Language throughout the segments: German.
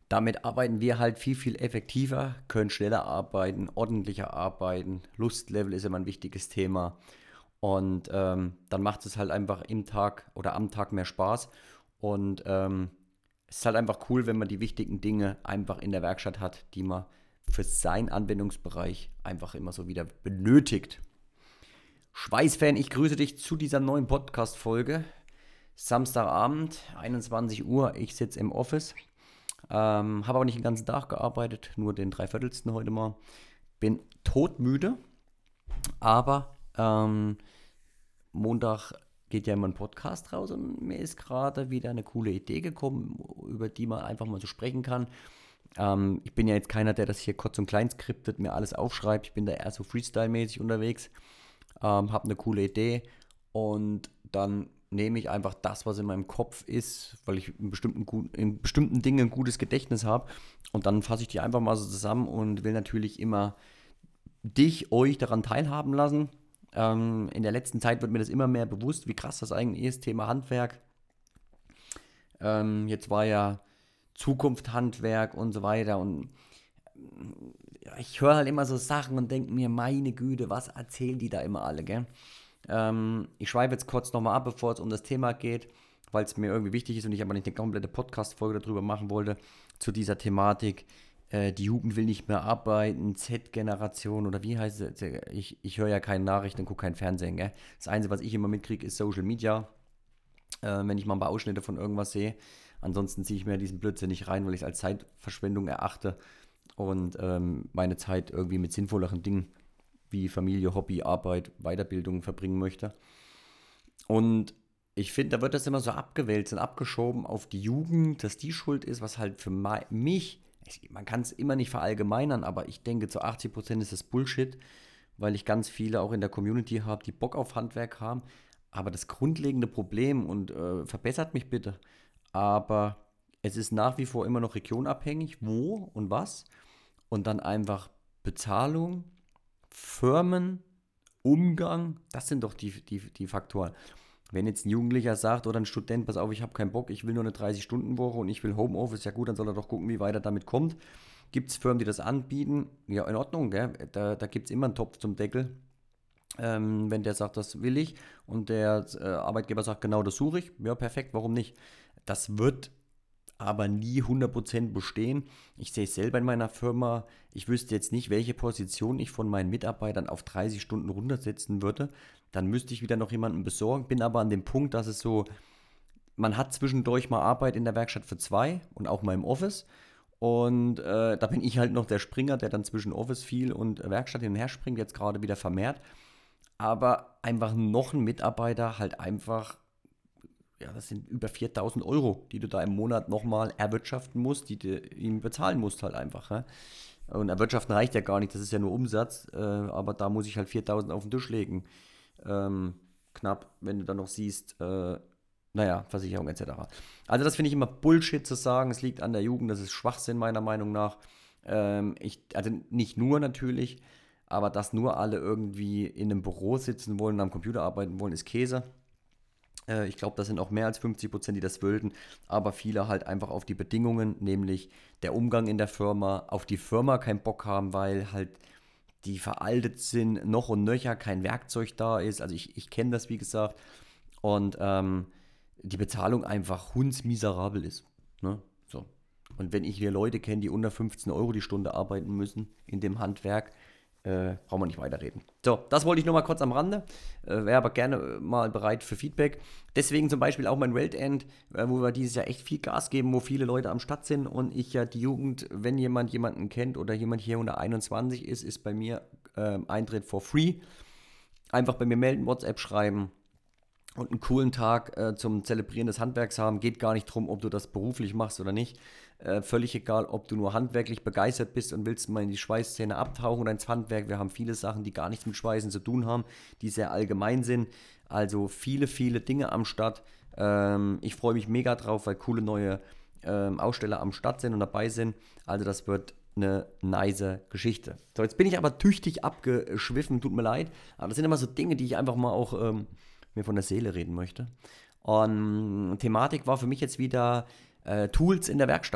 Damit arbeiten wir halt viel, viel effektiver, können schneller arbeiten, ordentlicher arbeiten. Lustlevel ist immer ein wichtiges Thema. Und dann macht es halt einfach im Tag oder am Tag mehr Spaß. Und es ist halt einfach cool, wenn man die wichtigen Dinge einfach in der Werkstatt hat, die man für seinen Anwendungsbereich einfach immer so wieder benötigt. Schweißfan, ich grüße dich zu dieser neuen Podcast-Folge. Samstagabend, 21 Uhr, ich sitze im Office. Habe aber nicht den ganzen Tag gearbeitet, nur den Dreiviertelsten heute mal. Bin todmüde, aber Montag geht ja immer ein Podcast raus und mir ist gerade wieder eine coole Idee gekommen, über die man einfach mal so sprechen kann. Ich bin ja jetzt keiner, der das hier kurz und klein skriptet, mir alles aufschreibt. Ich bin da eher so Freestyle-mäßig unterwegs, habe eine coole Idee und dann nehme ich einfach das, was in meinem Kopf ist, weil ich in bestimmten Dingen ein gutes Gedächtnis habe und dann fasse ich die einfach mal so zusammen und will natürlich immer euch daran teilhaben lassen. In der letzten Zeit wird mir das immer mehr bewusst, wie krass das eigentlich ist, Thema Handwerk. Jetzt war ja Zukunft Handwerk und so weiter und ja, ich höre halt immer so Sachen und denke mir, meine Güte, was erzählen die da immer alle, gell? Ich schreibe jetzt kurz nochmal ab, bevor es um das Thema geht, weil es mir irgendwie wichtig ist und ich aber nicht eine komplette Podcast-Folge darüber machen wollte, zu dieser Thematik. Die Jugend will nicht mehr arbeiten, Z-Generation oder wie heißt es? Ich höre ja keine Nachrichten und gucke kein Fernsehen, gell? Das Einzige, was ich immer mitkriege, ist Social Media, wenn ich mal ein paar Ausschnitte von irgendwas sehe. Ansonsten ziehe ich mir diesen Blödsinn nicht rein, weil ich es als Zeitverschwendung erachte und meine Zeit irgendwie mit sinnvolleren Dingen wie Familie, Hobby, Arbeit, Weiterbildung verbringen möchte. Und ich finde, da wird das immer so abgewälzt und abgeschoben auf die Jugend, dass die schuld ist, was halt für mich, man kann es immer nicht verallgemeinern, aber ich denke, zu 80% ist das Bullshit, weil ich ganz viele auch in der Community habe, die Bock auf Handwerk haben. Aber das grundlegende Problem, und verbessert mich bitte, aber es ist nach wie vor immer noch regionabhängig, wo und was. Und dann einfach Bezahlung, Firmen, Umgang, das sind doch die Faktoren. Wenn jetzt ein Jugendlicher sagt oder ein Student, pass auf, ich habe keinen Bock, ich will nur eine 30-Stunden-Woche und ich will Homeoffice, ja gut, dann soll er doch gucken, wie weit er damit kommt. Gibt es Firmen, die das anbieten? Ja, in Ordnung, gell? Da gibt es immer einen Topf zum Deckel. Wenn der sagt, das will ich und der Arbeitgeber sagt, genau das suche ich, ja perfekt, warum nicht? Das wird aber nie 100% bestehen. Ich sehe es selber in meiner Firma. Ich wüsste jetzt nicht, welche Position ich von meinen Mitarbeitern auf 30 Stunden runtersetzen würde. Dann müsste ich wieder noch jemanden besorgen. Bin aber an dem Punkt, dass es so, man hat zwischendurch mal Arbeit in der Werkstatt für zwei und auch mal im Office. Und da bin ich halt noch der Springer, der dann zwischen Office viel und Werkstatt hin und her springt, jetzt gerade wieder vermehrt. Aber einfach noch ein Mitarbeiter halt einfach, ja, das sind über 4.000 Euro, die du da im Monat nochmal erwirtschaften musst, die du ihm bezahlen musst halt einfach. Ja? Und erwirtschaften reicht ja gar nicht, das ist ja nur Umsatz, aber da muss ich halt 4.000 auf den Tisch legen. Knapp, wenn du dann noch siehst, naja, Versicherung etc. Also das finde ich immer Bullshit zu sagen, es liegt an der Jugend, das ist Schwachsinn meiner Meinung nach. Also nicht nur natürlich, aber dass nur alle irgendwie in einem Büro sitzen wollen und am Computer arbeiten wollen, ist Käse. Ich glaube, das sind auch mehr als 50%, die das wollten, aber viele halt einfach auf die Bedingungen, nämlich der Umgang in der Firma, auf die Firma keinen Bock haben, weil halt die veraltet sind, noch und nöcher, kein Werkzeug da ist. Also ich kenne das, wie gesagt, und die Bezahlung einfach hundsmiserabel ist. Ne? So. Und wenn ich hier Leute kenne, die unter 15 Euro die Stunde arbeiten müssen in dem Handwerk, brauchen wir nicht weiterreden. So, das wollte ich nur mal kurz am Rande. Wäre aber gerne mal bereit für Feedback. Deswegen zum Beispiel auch mein Weltend, wo wir dieses Jahr echt viel Gas geben, wo viele Leute am Start sind und ich ja die Jugend, wenn jemand jemanden kennt oder jemand hier unter 21 ist bei mir Eintritt for free. Einfach bei mir melden, WhatsApp schreiben und einen coolen Tag zum Zelebrieren des Handwerks haben. Geht gar nicht darum, ob du das beruflich machst oder nicht. Völlig egal, ob du nur handwerklich begeistert bist und willst mal in die Schweißszene abtauchen oder ins Handwerk. Wir haben viele Sachen, die gar nichts mit Schweißen zu tun haben, die sehr allgemein sind. Also viele, viele Dinge am Start. Ich freue mich mega drauf, weil coole neue Aussteller am Start sind und dabei sind. Also das wird eine nice Geschichte. So, jetzt bin ich aber tüchtig abgeschwiffen, tut mir leid. Aber das sind immer so Dinge, die ich einfach mal auch mir von der Seele reden möchte. Und Thematik war für mich jetzt wieder Tools in der Werkstatt.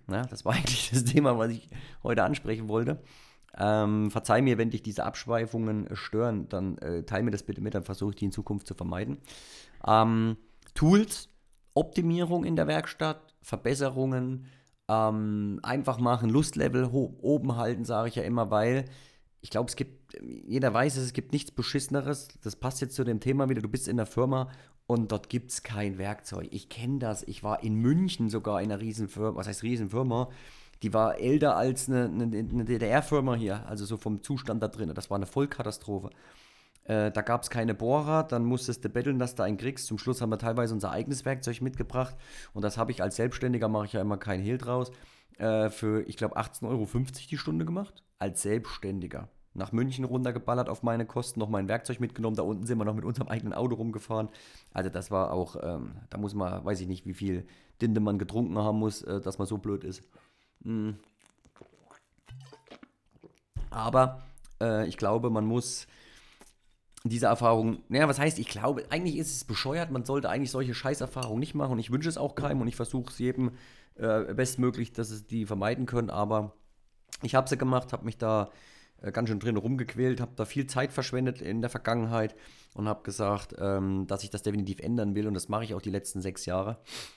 Ja, das war eigentlich das Thema, was ich heute ansprechen wollte. Verzeih mir, wenn dich diese Abschweifungen stören, dann teile mir das bitte mit, dann versuche ich die in Zukunft zu vermeiden. Ähm, Tools, Optimierung in der Werkstatt, Verbesserungen, einfach machen, Lustlevel oben halten, sage ich ja immer, weil ich glaube, jeder weiß es, es gibt nichts Beschisseneres. Das passt jetzt zu dem Thema wieder. Du bist in der Firma und dort gibt es kein Werkzeug. Ich kenne das. Ich war in München sogar in einer Riesenfirma. Was heißt Riesenfirma? Die war älter als eine DDR-Firma hier. Also so vom Zustand da drin. Das war eine Vollkatastrophe. Da gab es keine Bohrer, dann musstest du betteln, dass du einen kriegst. Zum Schluss haben wir teilweise unser eigenes Werkzeug mitgebracht. Und das habe ich als Selbstständiger, mache ich ja immer keinen Hehl draus, für, ich glaube, 18,50 € die Stunde gemacht. Als Selbstständiger. Nach München runtergeballert auf meine Kosten, noch mein Werkzeug mitgenommen. Da unten sind wir noch mit unserem eigenen Auto rumgefahren. Also das war auch, da muss man, weiß ich nicht, wie viel Dinte man getrunken haben muss, dass man so blöd ist. Mm. Aber ich glaube, man muss diese Erfahrung, naja, was heißt, ich glaube, eigentlich ist es bescheuert, man sollte eigentlich solche Scheißerfahrungen nicht machen und ich wünsche es auch keinem und ich versuche es jedem bestmöglich, dass es die vermeiden können, aber ich habe sie gemacht, habe mich da ganz schön drin rumgequält, habe da viel Zeit verschwendet in der Vergangenheit und habe gesagt, dass ich das definitiv ändern will und das mache ich auch die letzten 6 Jahre,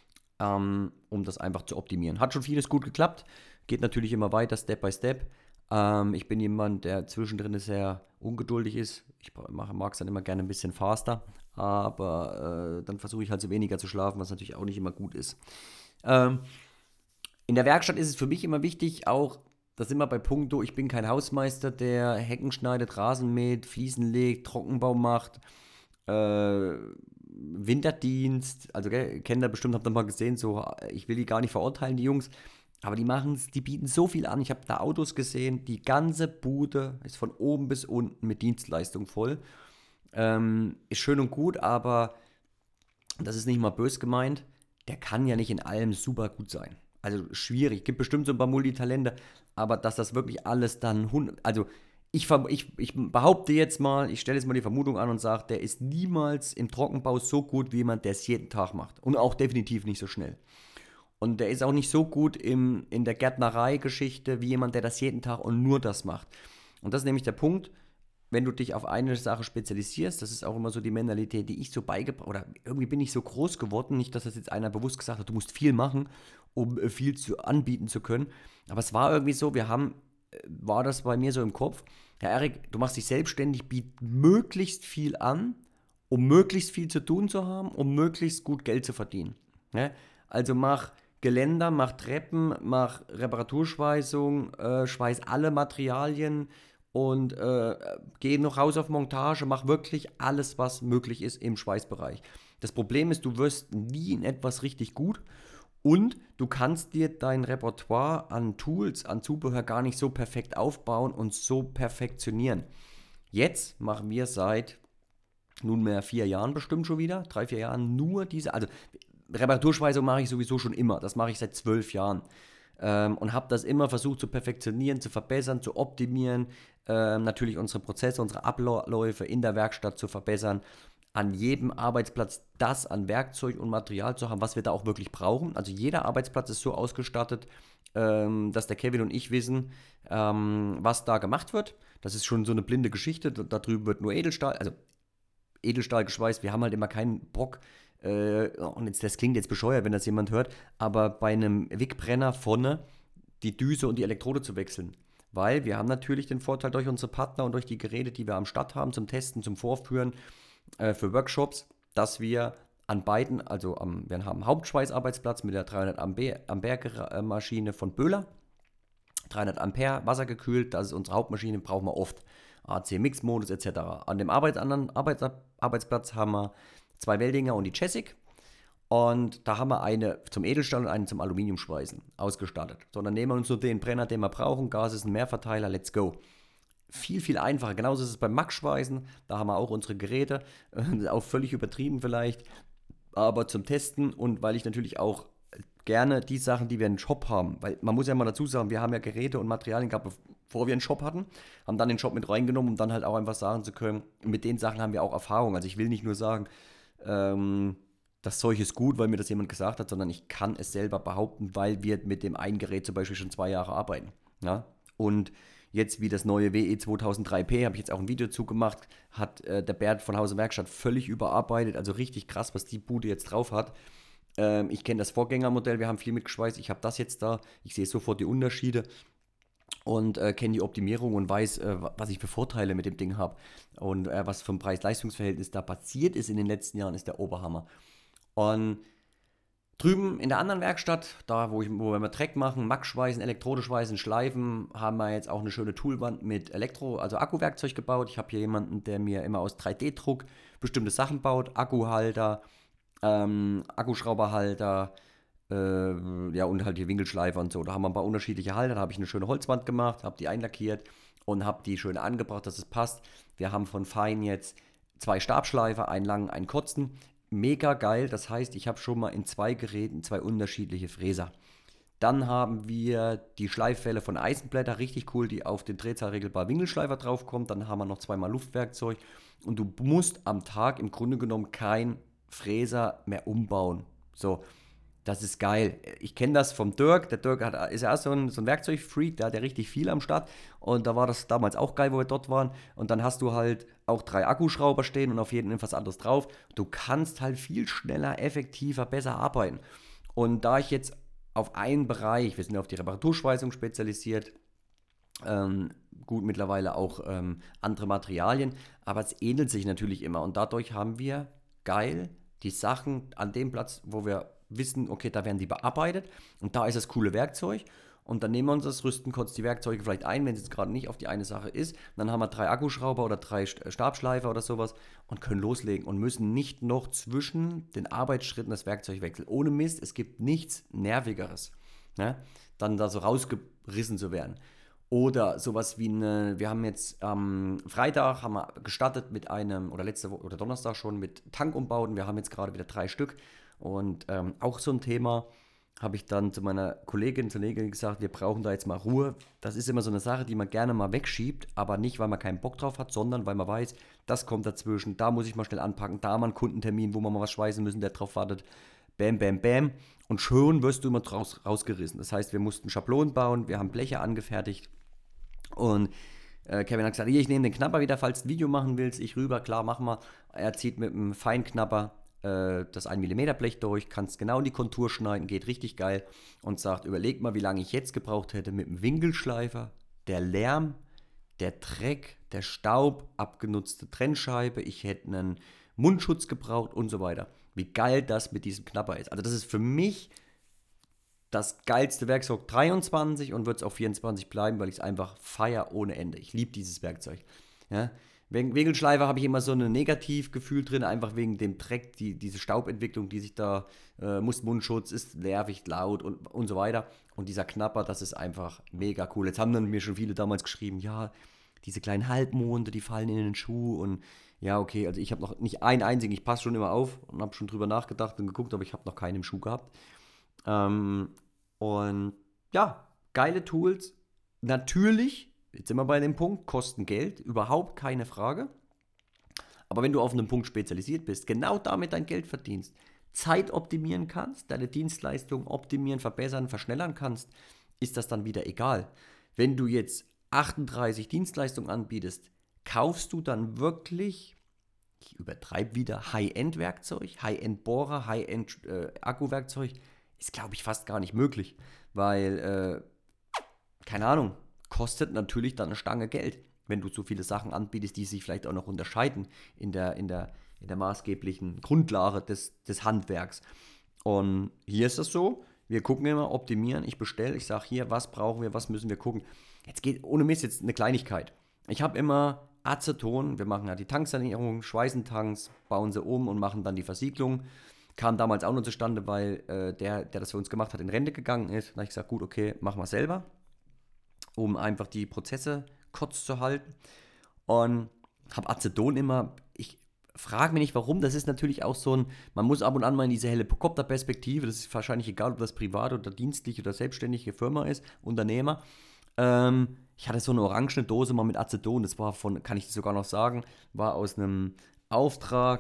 um das einfach zu optimieren. Hat schon vieles gut geklappt, geht natürlich immer weiter, Step by Step. Ich bin jemand, der zwischendrin sehr ungeduldig ist. Ich mag es dann immer gerne ein bisschen faster, aber dann versuche ich halt so weniger zu schlafen, was natürlich auch nicht immer gut ist. Ähm, in der Werkstatt ist es für mich immer wichtig, auch, da sind wir bei Punkto, ich bin kein Hausmeister, der Hecken schneidet, Rasen mäht, Fliesen legt, Trockenbau macht, äh, Winterdienst, also kennt ihr bestimmt, habt ihr mal gesehen, so, ich will die gar nicht verurteilen, die Jungs, aber die bieten so viel an. Ich habe da Autos gesehen, die ganze Bude ist von oben bis unten mit Dienstleistung voll. Ist schön und gut, aber das ist nicht mal bös gemeint. Der kann ja nicht in allem super gut sein. Also schwierig. Gibt bestimmt so ein paar Multitalente, aber dass das wirklich alles dann. Also ich behaupte jetzt mal, ich stelle jetzt mal die Vermutung an und sage, der ist niemals im Trockenbau so gut wie jemand, der es jeden Tag macht. Und auch definitiv nicht so schnell. Und der ist auch nicht so gut in der Gärtnerei-Geschichte wie jemand, der das jeden Tag und nur das macht. Und das ist nämlich der Punkt, wenn du dich auf eine Sache spezialisierst, das ist auch immer so die Mentalität, die ich so beigebracht, oder irgendwie bin ich so groß geworden, nicht, dass das jetzt einer bewusst gesagt hat, du musst viel machen, um viel anbieten zu können. Aber es war irgendwie so, war das bei mir so im Kopf, ja Erik, du machst dich selbstständig, biet möglichst viel an, um möglichst viel zu tun zu haben, um möglichst gut Geld zu verdienen. Ja? Also mach Geländer, mach Treppen, mach Reparaturschweißung, schweiß alle Materialien und geh noch raus auf Montage, mach wirklich alles, was möglich ist im Schweißbereich. Das Problem ist, du wirst nie in etwas richtig gut und du kannst dir dein Repertoire an Tools, an Zubehör gar nicht so perfekt aufbauen und so perfektionieren. Jetzt machen wir seit nunmehr 4 Jahren bestimmt schon wieder, 3, 4 Jahren nur also Reparaturschweißung mache ich sowieso schon immer. Das mache ich seit 12 Jahren. Und habe das immer versucht zu perfektionieren, zu verbessern, zu optimieren. Natürlich unsere Prozesse, unsere Abläufe in der Werkstatt zu verbessern. An jedem Arbeitsplatz das an Werkzeug und Material zu haben, was wir da auch wirklich brauchen. Also jeder Arbeitsplatz ist so ausgestattet, dass der Kevin und ich wissen, was da gemacht wird. Das ist schon so eine blinde Geschichte. Da drüben wird nur Edelstahl, also Edelstahl geschweißt. Wir haben halt immer keinen Bock. Und das klingt jetzt bescheuert, wenn das jemand hört, aber bei einem Wickbrenner vorne die Düse und die Elektrode zu wechseln. Weil wir haben natürlich den Vorteil durch unsere Partner und durch die Geräte, die wir am Start haben, zum Testen, zum Vorführen, für Workshops, dass wir an beiden, also wir haben einen Hauptschweißarbeitsplatz mit der 300 Ampere Maschine von Böhler, 300 Ampere, wassergekühlt, das ist unsere Hauptmaschine, brauchen wir oft. AC-Mix-Modus etc. An dem anderen Arbeitsplatz haben wir 2 Weldinger und die Jessic. Und da haben wir eine zum Edelstahl und eine zum Aluminiumschweißen ausgestattet. So, dann nehmen wir uns nur den Brenner, den wir brauchen. Gas ist ein Mehrverteiler, let's go. Viel, viel einfacher. Genauso ist es beim Max-Schweißen. Da haben wir auch unsere Geräte. Auch völlig übertrieben vielleicht. Aber zum Testen und weil ich natürlich auch gerne die Sachen, die wir in den Shop haben, weil man muss ja mal dazu sagen, wir haben ja Geräte und Materialien gehabt, bevor wir einen Shop hatten, haben dann den Shop mit reingenommen, um dann halt auch einfach sagen zu können, mit den Sachen haben wir auch Erfahrung. Also ich will nicht nur sagen, das Zeug ist gut, weil mir das jemand gesagt hat, sondern ich kann es selber behaupten, weil wir mit dem einen Gerät zum Beispiel schon 2 Jahre arbeiten. Ja? Und jetzt wie das neue WE 2003P, habe ich jetzt auch ein Video zugemacht, hat der Bert von Hause Werkstatt völlig überarbeitet, also richtig krass, was die Bude jetzt drauf hat. Ich kenne das Vorgängermodell, wir haben viel mitgeschweißt, ich habe das jetzt da, ich sehe sofort die Unterschiede und kenne die Optimierung und weiß, was ich für Vorteile mit dem Ding habe. Und was vom Preis-Leistungs-Verhältnis da passiert ist in den letzten Jahren, ist der Oberhammer. Und drüben in der anderen Werkstatt, da wo wir Dreck machen, Mackschweißen, Elektrodeschweißen, Schleifen, haben wir jetzt auch eine schöne Toolwand mit also Akkuwerkzeug gebaut. Ich habe hier jemanden, der mir immer aus 3D-Druck bestimmte Sachen baut, Akkuhalter, Akkuschrauberhalter, ja und halt die Winkelschleifer und so. Da haben wir ein paar unterschiedliche Halter. Da habe ich eine schöne Holzwand gemacht, habe die einlackiert und habe die schön angebracht, dass es passt. Wir haben von Fein jetzt 2 Stabschleifer, einen langen, einen kurzen. Mega geil, das heißt, ich habe schon mal in 2 Geräten 2 unterschiedliche Fräser. Dann haben wir die Schleiffälle von Eisenblätter, richtig cool, die auf den Drehzahlregelbar Winkelschleifer draufkommt. Dann haben wir noch 2-mal Luftwerkzeug und du musst am Tag im Grunde genommen kein Fräser mehr umbauen. So, das ist geil. Ich kenne das vom Dirk. Der Dirk ist ja so ein Werkzeugfreak, der hat ja richtig viel am Start. Und da war das damals auch geil, wo wir dort waren. Und dann hast du halt auch 3 Akkuschrauber stehen und auf jeden etwas anderes drauf. Du kannst halt viel schneller, effektiver, besser arbeiten. Und da ich jetzt auf einen Bereich, wir sind ja auf die Reparaturschweißung spezialisiert, ähm, gut mittlerweile auch andere Materialien, aber es ähnelt sich natürlich immer. Und dadurch haben wir geil die Sachen an dem Platz, wo wir wissen, okay, da werden die bearbeitet und da ist das coole Werkzeug. Und dann nehmen wir uns das, rüsten kurz die Werkzeuge vielleicht ein, wenn es jetzt gerade nicht auf die eine Sache ist. Dann haben wir 3 Akkuschrauber oder 3 Stabschleifer oder sowas und können loslegen und müssen nicht noch zwischen den Arbeitsschritten das Werkzeug wechseln. Ohne Mist, es gibt nichts Nervigeres, ne? Dann da so rausgerissen zu werden. Oder sowas wie wir haben jetzt am Freitag haben wir gestartet mit einem, oder letzte Woche oder Donnerstag schon mit Tankumbauten. Wir haben jetzt gerade wieder 3 Stück. Und auch so ein Thema habe ich dann zu meiner Kollegin, zur Kollegin gesagt, wir brauchen da jetzt mal Ruhe. Das ist immer so eine Sache, die man gerne mal wegschiebt, aber nicht, weil man keinen Bock drauf hat, sondern weil man weiß, das kommt dazwischen, da muss ich mal schnell anpacken, da mal einen Kundentermin, wo wir mal was schweißen müssen, der drauf wartet. Bam, bam, bam. Und schon wirst du immer rausgerissen. Das heißt, wir mussten Schablonen bauen, wir haben Bleche angefertigt und Kevin hat gesagt, hier, ich nehme den Knapper wieder, falls du ein Video machen willst. Ich rüber, klar, machen wir. Er zieht mit einem Feinknapper das 1 mm Blech durch, kannst genau in die Kontur schneiden, geht richtig geil und sagt, überleg mal, wie lange ich jetzt gebraucht hätte mit dem Winkelschleifer, der Lärm, der Dreck, der Staub, abgenutzte Trennscheibe, ich hätte einen Mundschutz gebraucht und so weiter. Wie geil das mit diesem Knapper ist. Also das ist für mich das geilste Werkzeug 23 und wird es auch 24 bleiben, weil ich es einfach feier ohne Ende. Ich liebe dieses Werkzeug. Ja? Wegen Winkelschleifer habe ich immer so ein Negativgefühl drin, einfach wegen dem Dreck, diese Staubentwicklung, die sich da, muss Mundschutz, ist nervig, laut und so weiter. Und dieser Knapper, das ist einfach mega cool. Jetzt haben dann mir schon viele damals geschrieben, ja, diese kleinen Halbmonde, die fallen in den Schuh und ja, okay, also ich habe noch nicht einen einzigen, ich passe schon immer auf und habe schon drüber nachgedacht und geguckt, aber ich habe noch keinen im Schuh gehabt. Ähm, und ja, geile Tools. Natürlich, jetzt sind wir bei dem Punkt, kosten Geld, überhaupt keine Frage. Aber wenn du auf einen Punkt spezialisiert bist, genau damit dein Geld verdienst, Zeit optimieren kannst, deine Dienstleistung optimieren, verbessern, verschnellern kannst, ist das dann wieder egal. Wenn du jetzt 38 Dienstleistungen anbietest, kaufst du dann wirklich, ich übertreibe wieder, High-End-Werkzeug, High-End-Bohrer, High-End-Akkuwerkzeug, ist, glaube ich, fast gar nicht möglich, weil, keine Ahnung, kostet natürlich dann eine Stange Geld, wenn du so viele Sachen anbietest, die sich vielleicht auch noch unterscheiden in der maßgeblichen Grundlage des Handwerks. Und hier ist es so, wir gucken immer, optimieren, ich bestelle, ich sage hier, was brauchen wir, was müssen wir gucken. Jetzt geht ohne Mist jetzt eine Kleinigkeit. Ich habe immer Aceton, wir machen ja die Tanksanierung, schweißen Tanks, bauen sie um und machen dann die Versiegelung. Kam damals auch nur zustande, weil der das für uns gemacht hat, in Rente gegangen ist. Da habe ich gesagt, gut, okay, machen wir selber, um einfach die Prozesse kurz zu halten. Und habe Aceton immer, ich frage mich nicht warum, das ist natürlich auch so ein, man muss ab und an mal in diese Helikopterperspektive, das ist wahrscheinlich egal, ob das privat oder dienstlich oder selbstständige Firma ist, Unternehmer. Ich hatte so eine orangene Dose mal mit Aceton, das war kann ich sogar noch sagen, war aus einem Auftrag,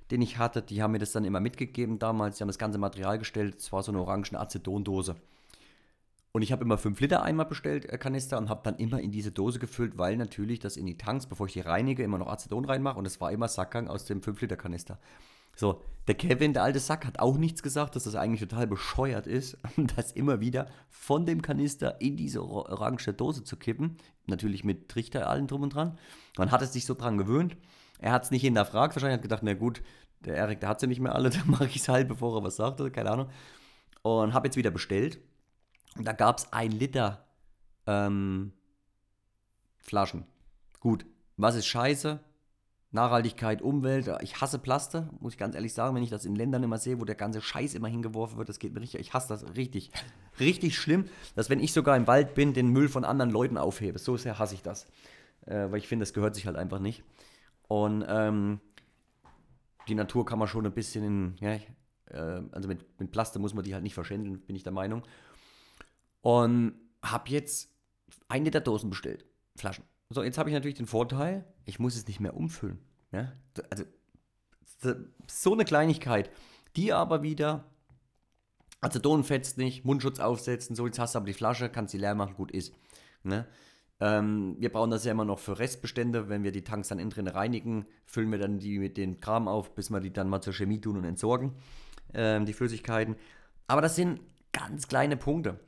den ich hatte, die haben mir das dann immer mitgegeben damals. Die haben das ganze Material gestellt. Es war so eine orange Acetondose. Und ich habe immer 5 Liter Eimer bestellt, Kanister, und habe dann immer in diese Dose gefüllt, weil natürlich das in die Tanks, bevor ich die reinige, immer noch Aceton reinmache. Und es war immer Sackgang aus dem 5 Liter Kanister. So, der Kevin, der alte Sack, hat auch nichts gesagt, dass das eigentlich total bescheuert ist, das immer wieder von dem Kanister in diese orange Dose zu kippen. Natürlich mit Trichter, allem drum und dran. Man hat es sich so dran gewöhnt. Er hat es nicht hinterfragt, wahrscheinlich hat gedacht, na gut, der Erik, der hat sie nicht mehr alle, dann mache ich es halt, bevor er was sagt oder keine Ahnung. Und habe jetzt wieder bestellt. Und da gab es 1 Liter ähm, Flaschen. Gut, was ist scheiße? Nachhaltigkeit, Umwelt, ich hasse Plaste, muss ich ganz ehrlich sagen, wenn ich das in Ländern immer sehe, wo der ganze Scheiß immer hingeworfen wird, das geht mir richtig, ich hasse das richtig, richtig schlimm, dass wenn ich sogar im Wald bin, den Müll von anderen Leuten aufhebe, so sehr hasse ich das, weil ich finde, das gehört sich halt einfach nicht. Und die Natur kann man schon ein bisschen ja, also mit Plaste muss man die halt nicht verschändeln, bin ich der Meinung. Und habe jetzt 1 Liter Dosen bestellt, Flaschen. So, jetzt habe ich natürlich den Vorteil, ich muss es nicht mehr umfüllen. Ja? Also, so eine Kleinigkeit, die aber wieder Aceton fetzt nicht, Mundschutz aufsetzen, so, jetzt hast du aber die Flasche, kannst sie leer machen, gut ist. Ne? Wir brauchen das ja immer noch für Restbestände, wenn wir die Tanks dann innen drin reinigen, füllen wir dann die mit dem Kram auf, bis wir die dann mal zur Chemie tun und entsorgen, die Flüssigkeiten. Aber das sind ganz kleine Punkte.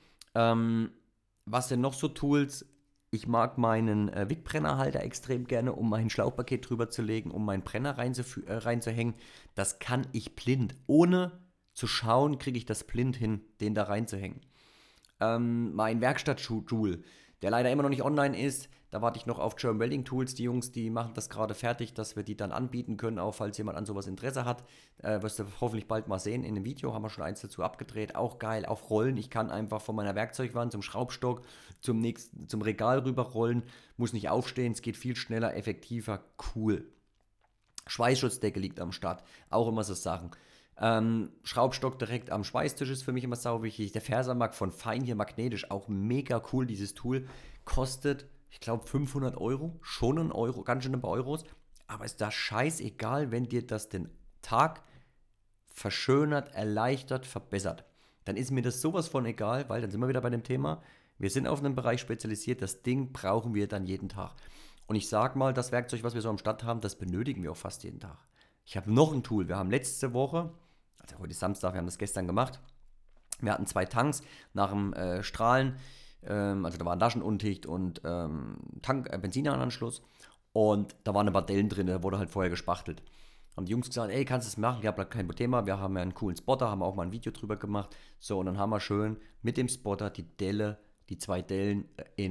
Was denn noch so Tools? Ich mag meinen Wickbrennerhalter extrem gerne, um mein Schlauchpaket drüber zu legen, um meinen Brenner reinzuhängen. Das kann ich blind. Ohne zu schauen, kriege ich das blind hin, den da reinzuhängen. Mein Werkstatt-Tool, der leider immer noch nicht online ist, da warte ich noch auf German Welding Tools. Die Jungs, die machen das gerade fertig, dass wir die dann anbieten können, auch falls jemand an sowas Interesse hat. Wirst du hoffentlich bald mal sehen in dem Video, haben wir schon eins dazu abgedreht. Auch geil, auf Rollen. Ich kann einfach von meiner Werkzeugwand zum Schraubstock zum Regal rüber rollen. Muss nicht aufstehen, es geht viel schneller, effektiver, cool. Schweißschutzdecke liegt am Start. Auch immer so Sachen. Schraubstock direkt am Schweißtisch ist für mich immer sau wichtig. Der Versamark von Fein hier magnetisch, auch mega cool, dieses Tool. Kostet, ich glaube, 500 Euro. Schon ein Euro, ganz schön ein paar Euros. Aber ist das scheißegal, wenn dir das den Tag verschönert, erleichtert, verbessert. Dann ist mir das sowas von egal, weil dann sind wir wieder bei dem Thema. Wir sind auf einen Bereich spezialisiert, das Ding brauchen wir dann jeden Tag. Und ich sag mal, das Werkzeug, was wir so am Start haben, das benötigen wir auch fast jeden Tag. Ich habe noch ein Tool. Wir haben letzte Woche, also heute ist Samstag, wir haben das gestern gemacht. Wir hatten 2 Tanks nach dem Strahlen, also da war Laschen undicht und Benzinanschluss. Und da waren ein paar Dellen drin, da wurde halt vorher gespachtelt. Haben die Jungs gesagt, ey, kannst du es machen? Ich habe kein Thema, wir haben ja einen coolen Spotter, haben auch mal ein Video drüber gemacht. So, und dann haben wir schön mit dem Spotter die 2 Dellen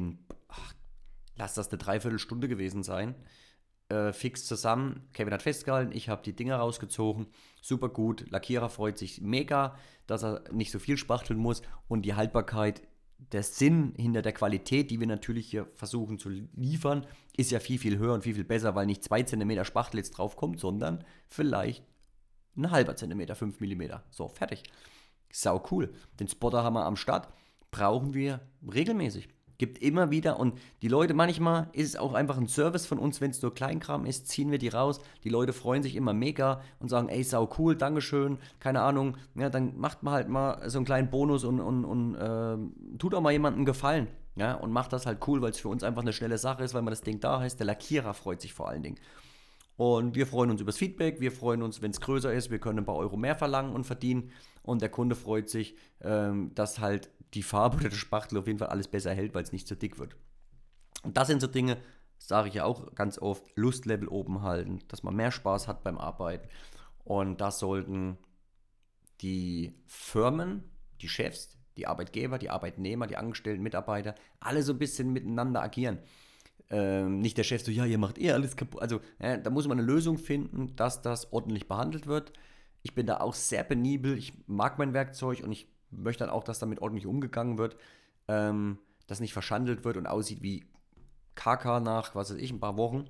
lass das eine Dreiviertelstunde gewesen sein, fix zusammen. Kevin hat festgehalten, ich habe die Dinger rausgezogen, super gut. Lackierer freut sich mega, dass er nicht so viel spachteln muss und die Haltbarkeit, der Sinn hinter der Qualität, die wir natürlich hier versuchen zu liefern, ist ja viel, viel höher und viel, viel besser, weil nicht 2 cm Spachtel jetzt drauf kommt, sondern vielleicht ein halber Zentimeter, 5 Millimeter. So, fertig. Sau cool. Den Spotter haben wir am Start, brauchen wir regelmäßig. Gibt immer wieder und die Leute, manchmal ist es auch einfach ein Service von uns, wenn es nur Kleinkram ist, ziehen wir die raus. Die Leute freuen sich immer mega und sagen, ey, sau cool, Dankeschön, keine Ahnung. Ja, dann macht man halt mal so einen kleinen Bonus und tut auch mal jemandem einen Gefallen. Ja, und macht das halt cool, weil es für uns einfach eine schnelle Sache ist, weil man das Ding da heißt. Der Lackierer freut sich vor allen Dingen. Und wir freuen uns über das Feedback, wir freuen uns, wenn es größer ist, wir können ein paar Euro mehr verlangen und verdienen. Und der Kunde freut sich, dass halt die Farbe oder der Spachtel auf jeden Fall alles besser hält, weil es nicht zu dick wird. Und das sind so Dinge, sage ich ja auch ganz oft, Lustlevel oben halten, dass man mehr Spaß hat beim Arbeiten. Und das sollten die Firmen, die Chefs, die Arbeitgeber, die Arbeitnehmer, die Angestellten, Mitarbeiter, alle so ein bisschen miteinander agieren. Nicht der Chef so, ja, ihr macht alles kaputt. Also, da muss man eine Lösung finden, dass das ordentlich behandelt wird. Ich bin da auch sehr penibel. Ich mag mein Werkzeug und ich möchte dann auch, dass damit ordentlich umgegangen wird. Dass nicht verschandelt wird und aussieht wie Kaka nach, was weiß ich, ein paar Wochen.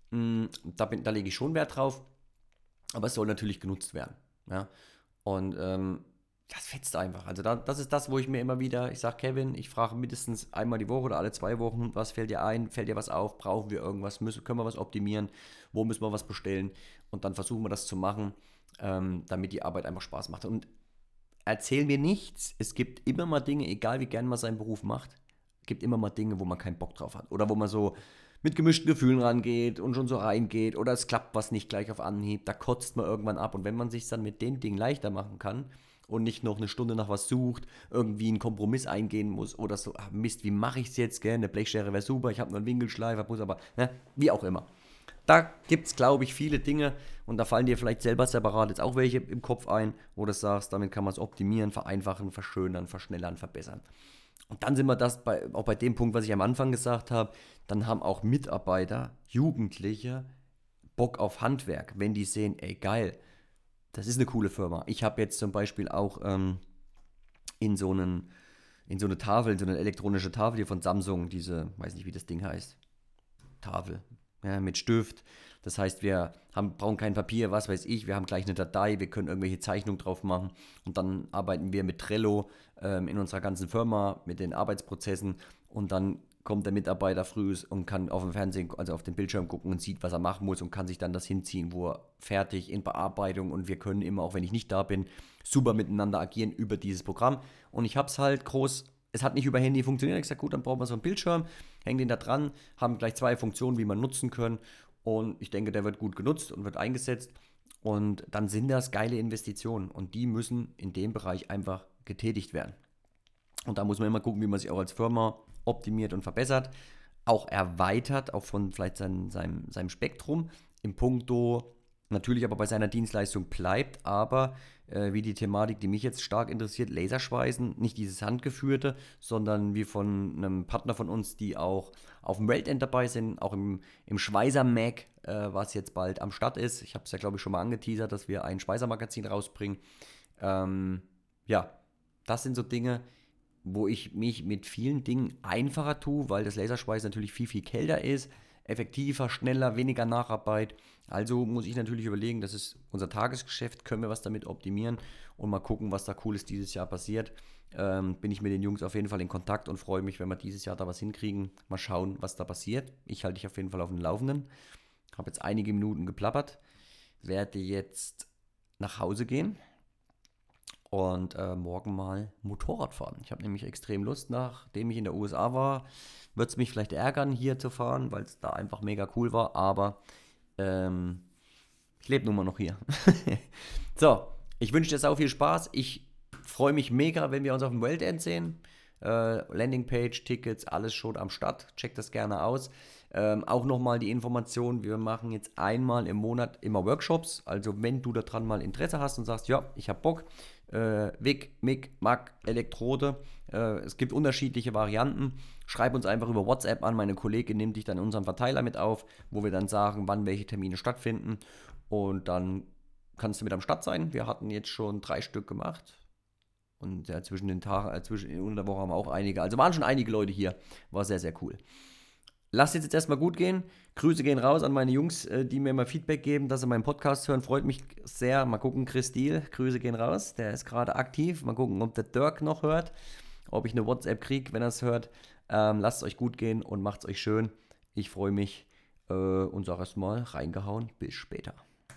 Da lege ich schon Wert drauf. Aber es soll natürlich genutzt werden. Ja? Und das fetzt einfach. Also das ist das, wo ich mir immer wieder, ich sage Kevin, ich frage mindestens einmal die Woche oder alle 2 Wochen, was fällt dir ein, fällt dir was auf, brauchen wir irgendwas, können wir was optimieren, wo müssen wir was bestellen und dann versuchen wir das zu machen, damit die Arbeit einfach Spaß macht. Und erzähl mir nichts, es gibt immer mal Dinge, egal wie gern man seinen Beruf macht, gibt immer mal Dinge, wo man keinen Bock drauf hat oder wo man so mit gemischten Gefühlen rangeht und schon so reingeht oder es klappt was nicht gleich auf Anhieb, da kotzt man irgendwann ab und wenn man sich dann mit den Dingen leichter machen kann und nicht noch eine Stunde nach was sucht, irgendwie einen Kompromiss eingehen muss oder so, ach Mist, wie mache ich es jetzt, gell? Eine Blechschere wäre super, ich habe nur einen Winkelschleifer, muss aber, ne? Wie auch immer. Da gibt es, glaube ich, viele Dinge und da fallen dir vielleicht selber separat jetzt auch welche im Kopf ein, wo du sagst, damit kann man es optimieren, vereinfachen, verschönern, verschnellern, verbessern. Und dann sind wir auch bei dem Punkt, was ich am Anfang gesagt habe, dann haben auch Mitarbeiter, Jugendliche Bock auf Handwerk, wenn die sehen, ey geil, das ist eine coole Firma. Ich habe jetzt zum Beispiel auch in so einen, in so eine Tafel, in so eine elektronische Tafel hier von Samsung, diese, weiß nicht, wie das Ding heißt, Tafel, ja, mit Stift. Das heißt, brauchen kein Papier, was weiß ich, wir haben gleich eine Datei, wir können irgendwelche Zeichnungen drauf machen und dann arbeiten wir mit Trello in unserer ganzen Firma mit den Arbeitsprozessen und dann kommt der Mitarbeiter früh und kann auf dem Fernsehen, also auf den Bildschirm gucken und sieht, was er machen muss und kann sich dann das hinziehen, wo er fertig in Bearbeitung und wir können immer, auch wenn ich nicht da bin, super miteinander agieren über dieses Programm. Und ich habe es halt groß, es hat nicht über Handy funktioniert. Ich habe gesagt, gut, dann brauchen wir so einen Bildschirm, hängen den da dran, haben gleich 2 Funktionen, wie man nutzen können. Und ich denke, der wird gut genutzt und wird eingesetzt. Und dann sind das geile Investitionen und die müssen in dem Bereich einfach getätigt werden. Und da muss man immer gucken, wie man sich auch als Firma optimiert und verbessert, auch erweitert, auch von vielleicht seinem Spektrum im Puncto, natürlich aber bei seiner Dienstleistung bleibt, aber wie die Thematik, die mich jetzt stark interessiert, Laserschweißen, nicht dieses handgeführte, sondern wie von einem Partner von uns, die auch auf dem Weltend dabei sind, auch im Schweißer-Mag, was jetzt bald am Start ist. Ich habe es ja, glaube ich, schon mal angeteasert, dass wir ein Schweißer-Magazin rausbringen. Ja, das sind so Dinge, wo ich mich mit vielen Dingen einfacher tue, weil das Laserschweißen natürlich viel, viel kälter ist, effektiver, schneller, weniger Nacharbeit. Also muss ich natürlich überlegen, das ist unser Tagesgeschäft, können wir was damit optimieren und mal gucken, was da Cooles dieses Jahr passiert. Bin ich mit den Jungs auf jeden Fall in Kontakt und freue mich, wenn wir dieses Jahr da was hinkriegen. Mal schauen, was da passiert. Ich halte dich auf jeden Fall auf dem Laufenden. Habe jetzt einige Minuten geplappert, werde jetzt nach Hause gehen und morgen mal Motorrad fahren. Ich habe nämlich extrem Lust, nachdem ich in der USA war, wird es mich vielleicht ärgern, hier zu fahren, weil es da einfach mega cool war, aber ähm, ich lebe nun mal noch hier. So, ich wünsche dir sau viel Spaß. Ich freue mich mega, wenn wir uns auf dem Weltend sehen. Landingpage, Tickets, alles schon am Start. Check das gerne aus. Auch nochmal die Information, wir machen jetzt einmal im Monat immer Workshops. Also wenn du daran mal Interesse hast und sagst, ja, ich habe Bock, WIG, MIG, MAG, Elektrode, es gibt unterschiedliche Varianten. Schreib uns einfach über WhatsApp an. Meine Kollegin nimmt dich dann in unserem Verteiler mit auf, wo wir dann sagen, wann welche Termine stattfinden. Und dann kannst du mit am Start sein. Wir hatten jetzt schon 3 Stück gemacht. Und ja, zwischen den Tagen, unter der Woche haben wir auch einige. Also waren schon einige Leute hier. War sehr, sehr cool. Lasst jetzt erstmal gut gehen. Grüße gehen raus an meine Jungs, die mir mal Feedback geben, dass sie meinen Podcast hören. Freut mich sehr. Mal gucken, Chris Diel, Grüße gehen raus. Der ist gerade aktiv. Mal gucken, ob der Dirk noch hört. Ob ich eine WhatsApp kriege, wenn er es hört. Lasst es euch gut gehen und macht es euch schön. Ich freue mich und sage erstmal reingehauen. Bis später.